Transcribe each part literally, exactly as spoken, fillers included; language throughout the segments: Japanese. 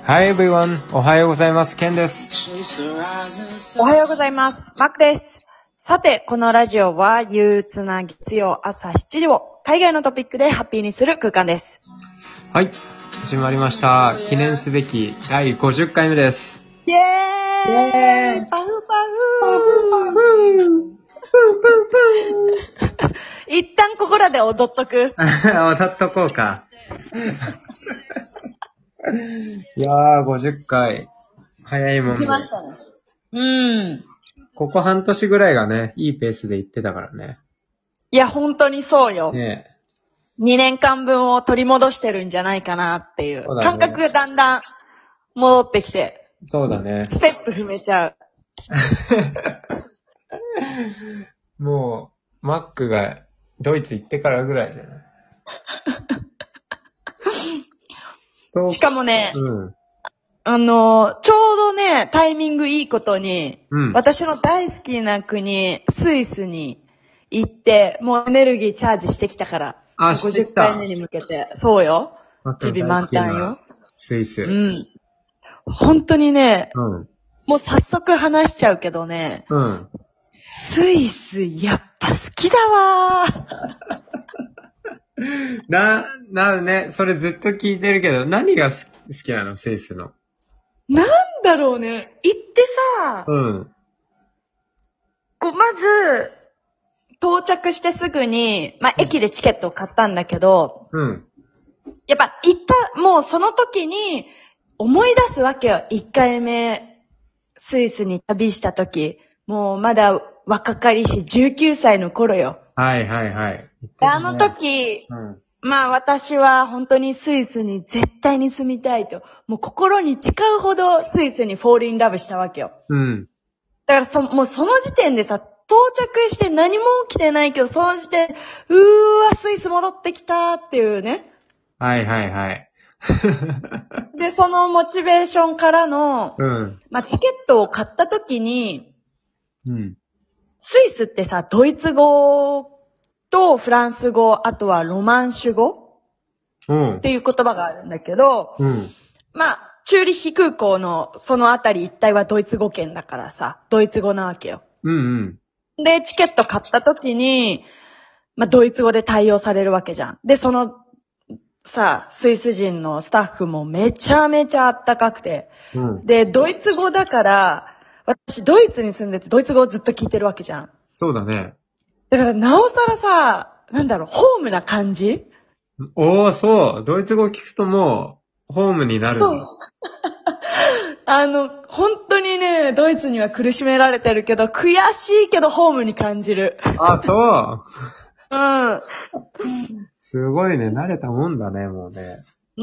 Hi everyone! おはようございます。ケンです。 おはようございます。マックです。さて、このラジオは憂鬱な月曜朝しちじを海外のトピックでハッピーにする空間です。 はい。始まりました。記念すべきだいごじゅっかいめです。 イエーイ、イエーイパフパフ一旦ここらで踊っとく。 踊っとこうか。いやー、ごじゅっかい。早いもんで。 来ましたね。うん。 ここ半年ぐらいがね、いいペースで行ってたからね。 いや、本当にそうよ。 ねえ。 にねんかんぶんを取り戻してるんじゃないかなっていう。 そうだね、 感覚がだんだん戻ってきて。 そうだね。 ステップ踏めちゃう。 もう、マックがドイツ行ってからぐらいじゃないしかもね、 うん、 あの、ちょうどね、タイミングいいことに、 うん、 私の大好きな国、スイスに行って、もうエネルギーチャージしてきたから。 あ、 ごじゅっかいめに向けて。そうよ。日々満タンよ。 スイス。 うん。本当にね、 うん、 もう早速話しちゃうけどね、 うん、 スイスやっぱ好きだわー。 な、な、ね、それずっと聞いてるけど、何が好きなのスイスの。 なんだろうね。行ってさ、 うん。 こう、まず、到着してすぐに、まあ、駅でチケットを買ったんだけど、 うん。 やっぱ行った、もうその時に思い出すわけよ。一回目、スイスに旅した時。もうまだ若かりしじゅうきゅうさいの頃よ。 はいはいはい。 で、あの時、 うん、 まあ私は本当にスイスに絶対に住みたいと、もう心に誓うほどスイスにフォーリンラブしたわけよ。 うん。 だからそ、もうその時点でさ、到着して何も起きてないけど、その時点、うーわ、スイス戻ってきたっていうね。 はいはいはい。 で、そのモチベーションからの、 うん。 まあチケットを買った時に、 うん。 スイスってさ、ドイツ語とフランス語、あとはロマンシュ語うん。 っていう言葉があるんだけど、 うん。 まあ、チューリッヒ空港のそのあたり一帯はドイツ語圏だからさ、ドイツ語なわけよ。 うんうん。 で、チケット買った時に、まあ、ドイツ語で対応されるわけじゃん。で、その、さ、スイス人のスタッフもめちゃめちゃあったかくて。 うん。 で、ドイツ語だから、私ドイツに住んでてドイツ語をずっと聞いてるわけじゃん。 そうだね。 だからなおさらさ、なんだろう、ホームな感じ？ おー、そう。ドイツ語聞くともう、ホームになるんだ。そう。 あの、本当にね、ドイツには苦しめられてるけど、悔しいけどホームに感じる。 あ、そう。 うん。 すごいね、慣れたもんだね、もうね。 うん。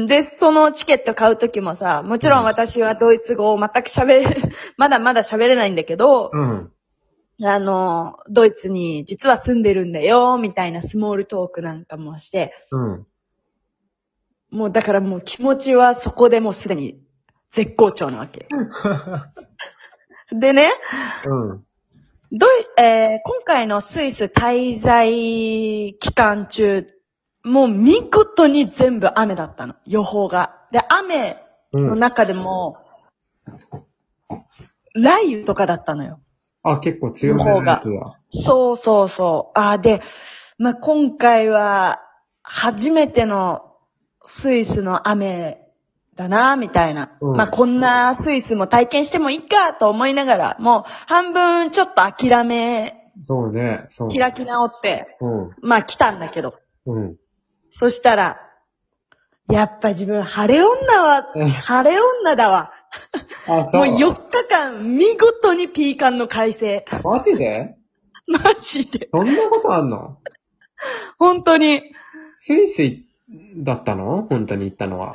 で、そのチケット買うときもさ、もちろん私はドイツ語を全く喋れ、まだまだ喋れないんだけど、 うん。 あの、ドイツに実は住んでるんだよ、みたいなスモールトークなんかもして、 うん。 もうだからもう気持ちはそこでもうすでに絶好調なわけ。でね、 うん。 どい、えー、今回のスイス滞在期間中、もう見事に全部雨だったの。予報が。で、雨の中でも、うん、雷雨とかだったのよ。 あ、結構強めのやつは。 そうそうそう。あ、で、まあ、今回は、初めてのスイスの雨だな、みたいな。うん、まあ、こんなスイスも体験してもいいかと思いながら、もう半分ちょっと諦め、 そうね、そう。 開き直って、 うん、 まあ来たんだけど。 うん。 そしたら、やっぱ自分晴れ女は、晴れ女だわ。もうよっかかん見事にピーカンの快晴。 マジで？ マジで。 そんなことあんの？ 本当に。 スイスだったの？本当に行ったのは。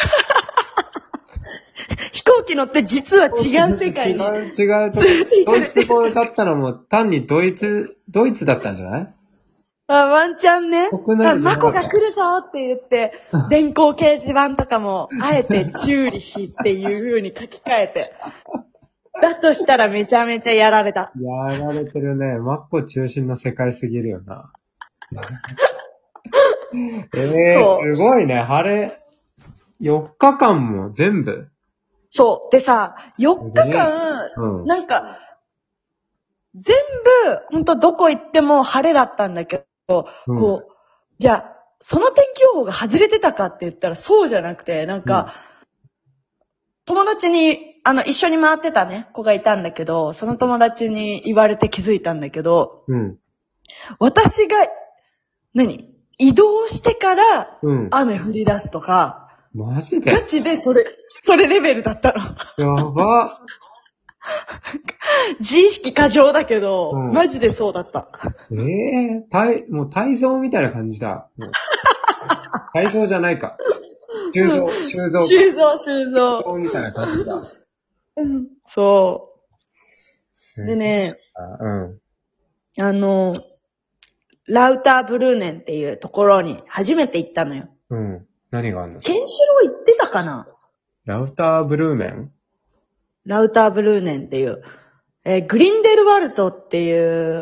飛行機乗って実は違う世界に。 違う、違うとこ。ドイツ語だったのも単にドイツ、ドイツだったんじゃない？ あ、ワンチャンね。あ、マコが来るぞって言って、電光掲示板とかも、あえてチューリヒっていう風に書き換えて。だとしたらめちゃめちゃやられた。 やられてるね。マッコ中心の世界すぎるよな。えー、すごいね。晴れ、 よっかかんも全部。 そう。でさ、よっかかん、 うん。 なんか、全部、ほんとどこ行っても晴れだったんだけど、 うん、 こう、じゃあ、その天気予報が外れてたかって言ったらそうじゃなくて、なんか、うん、友達に、あの、一緒に回ってたね、子がいたんだけど、その友達に言われて気づいたんだけど、 うん、 私が、何移動してから、雨降り出すとか、 うん、マジでガチでそれ、それレベルだったの。 やば。 自意識過剰だけど、うん、マジでそうだった。 ええー、体、もう体操みたいな感じだ。もう体操じゃないか。修造、修造。 修造、修造。 修造みたいな感じだ。 うん。そう。でね、 うん。 あの、ラウターブルーネンっていうところに初めて行ったのよ。 うん。何があるの？ ケンシロウ行ってたかな？ ラウターブルーメン？ ラウターブルーネンっていう、えー、グリンデルワルトっていう、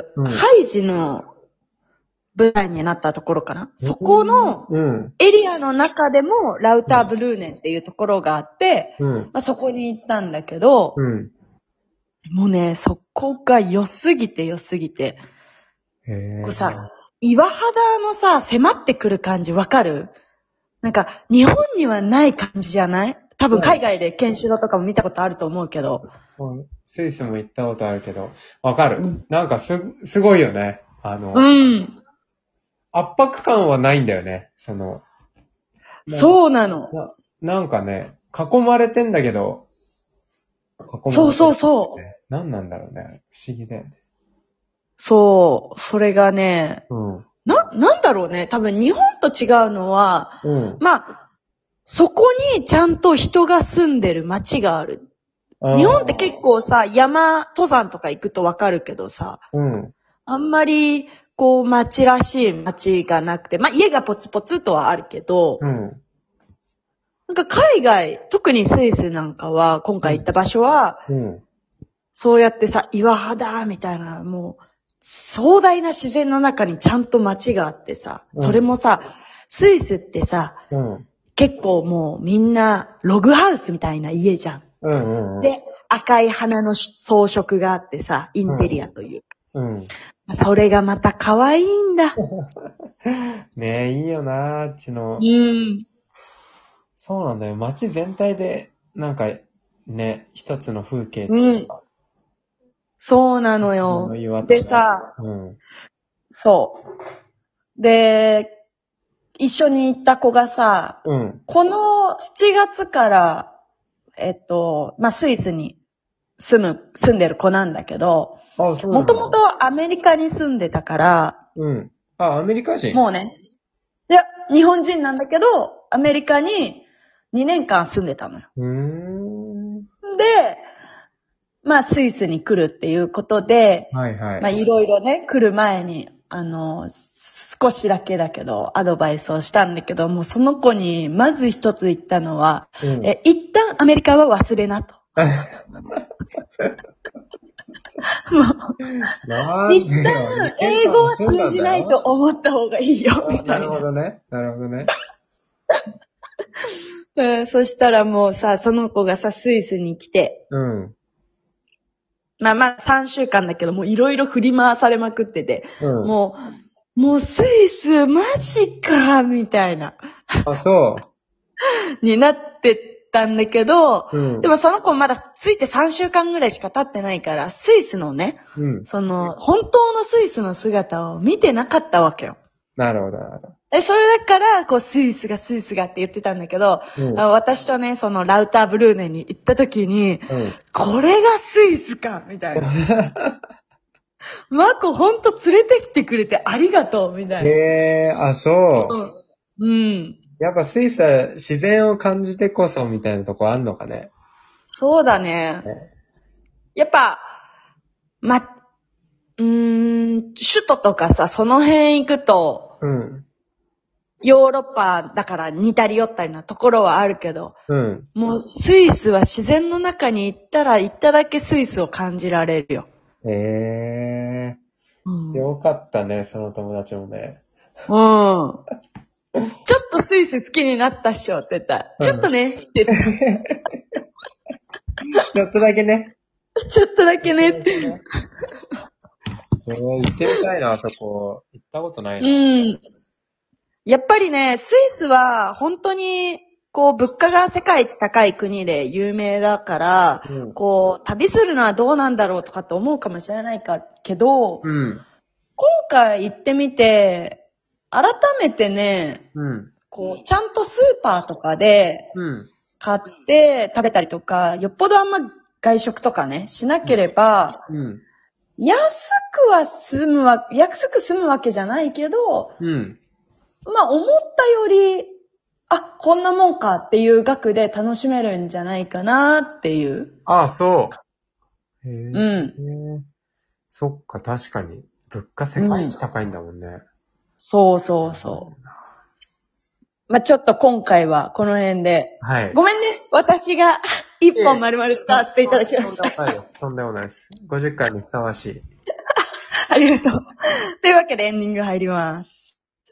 うん、ハイジの舞台になったところかな、うん、そこのエリアの中でもラウターブルーネンっていうところがあって、うんまあ、そこに行ったんだけど、うん、もうね、そこが良すぎて良すぎて。へー、こうさ、岩肌のさ、迫ってくる感じわかる？なんか、日本にはない感じじゃない？多分海外で研修とかも見たことあると思うけど。 スイスも行ったことあるけど、わかる、うん。なんかす、すごいよね。あの、 うん。 圧迫感はないんだよね。その。 そうなの。 な、なんかね、囲まれてんだけど、 囲まれてる、そうそうそう。 何なんだろうね。不思議だよね。 そう。それがね、 うん。 な、なんだろうね。多分日本と違うのは、うん、まあ、そこにちゃんと人が住んでる街がある。日本って結構さ、山、登山とか行くとわかるけどさ、うん、あんまり、こう、街らしい街がなくて、まあ、家がポツポツとはあるけど、うん、なんか海外、特にスイスなんかは、今回行った場所は、うんうん、そうやってさ、岩肌みたいな、もう、壮大な自然の中にちゃんと街があってさ、うん、それもさ、スイスってさ、うん、結構もうみんなログハウスみたいな家じゃん。うんうんうん、で、赤い花の装飾があってさ、インテリアというか。うんうん、それがまた可愛いんだ。 ねえ、いいよな、あっちの。 うん。 そうなんだよ。街全体で、なんか、ね、一つの風景っていうか。 うん。そうなのよ。でさ、うん、そう。で、一緒に行った子がさ、うん、このしちがつから、えっと、まあ、スイスに住む、住んでる子なんだけど、もともとアメリカに住んでたから、 うん。あ、アメリカ人？ もうね。いや、日本人なんだけど、アメリカににねんかん住んでたのよ。うーんで、まあ、スイスに来るっていうことで、はいはい。まあ、いろいろね、来る前に、あの、少しだけだけど、アドバイスをしたんだけど、もうその子に、まず一つ言ったのは、うん、え、一旦アメリカは忘れなと。もう一旦英語は通じないと思った方がいいよ、みたいな。 なるほどね。なるほどね。 うん、そしたらもうさ、その子がさ、スイスに来て、うん。まあまあさんしゅうかんだけど、もういろいろ振り回されまくってて、うん、もう、もうスイスマジか、みたいな。 あ、そう。 になってたんだけど、うん、でもその子まだついてさんしゅうかんぐらいしか経ってないから、スイスのね、うん、その、本当のスイスの姿を見てなかったわけよ。 なるほど、なるほど。 え、それだから、こう、スイスがスイスがって言ってたんだけど、うん、私とね、そのラウターブルーネに行った時に、うん、これがスイスかみたいな。マコほんと連れてきてくれてありがとうみたいな。 へー、あ、そう。うん。 やっぱスイスは自然を感じてこそみたいなとこあんのかね。 そうだね。ね、やっぱ、ま、うーん、首都とかさ、その辺行くと、うん、ヨーロッパだから似たり寄ったりなところはあるけど、うん、もうスイスは自然の中に行ったら行っただけスイスを感じられるよ。 へえー、うん。よかったね、その友達もね。 うん。 ちょっとスイス好きになったっしょって言ったら、ちょっとねって言って。 ちょっとだけね。 ちょっとだけねって。 えー、行ってみたいな、あそこ。行ったことないな。 うん。やっぱりね、スイスは本当に、こう、物価が世界一高い国で有名だから、うん、こう、旅するのはどうなんだろうとかって思うかもしれないかけど、 うん、 今回行ってみて、改めてね、 うん、 こう、ちゃんとスーパーとかで、買って食べたりとか、よっぽどあんま外食とかね、しなければ、 うん、 安くは済むわ、安く済むわけじゃないけど、 うん、 まあ思ったより、あ、こんなもんかっていう額で楽しめるんじゃないかなっていう。 ああ、そう。へえ。 うん。 そっか、確かに。物価世界一高いんだもんね。うん、 そうそうそう。まあ、ちょっと今回はこの辺で。 はい。 ごめんね。私が一本丸々使わせていただきました。 とんでもないです。ごじゅっかいにふさわしい。 ありがとう。というわけでエンディング入ります。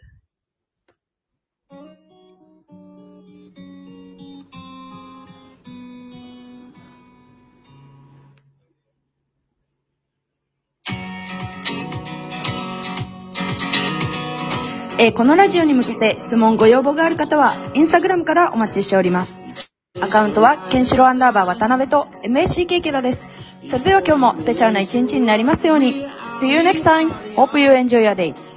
えー、このラジオに向けて質問ご要望がある方はインスタグラムからお待ちしております。アカウントはケンシロウアンダーバー渡辺と エムエスシーケー ケダです。それでは今日もスペシャルな一日になりますように。See you next time. Hope you enjoy your day.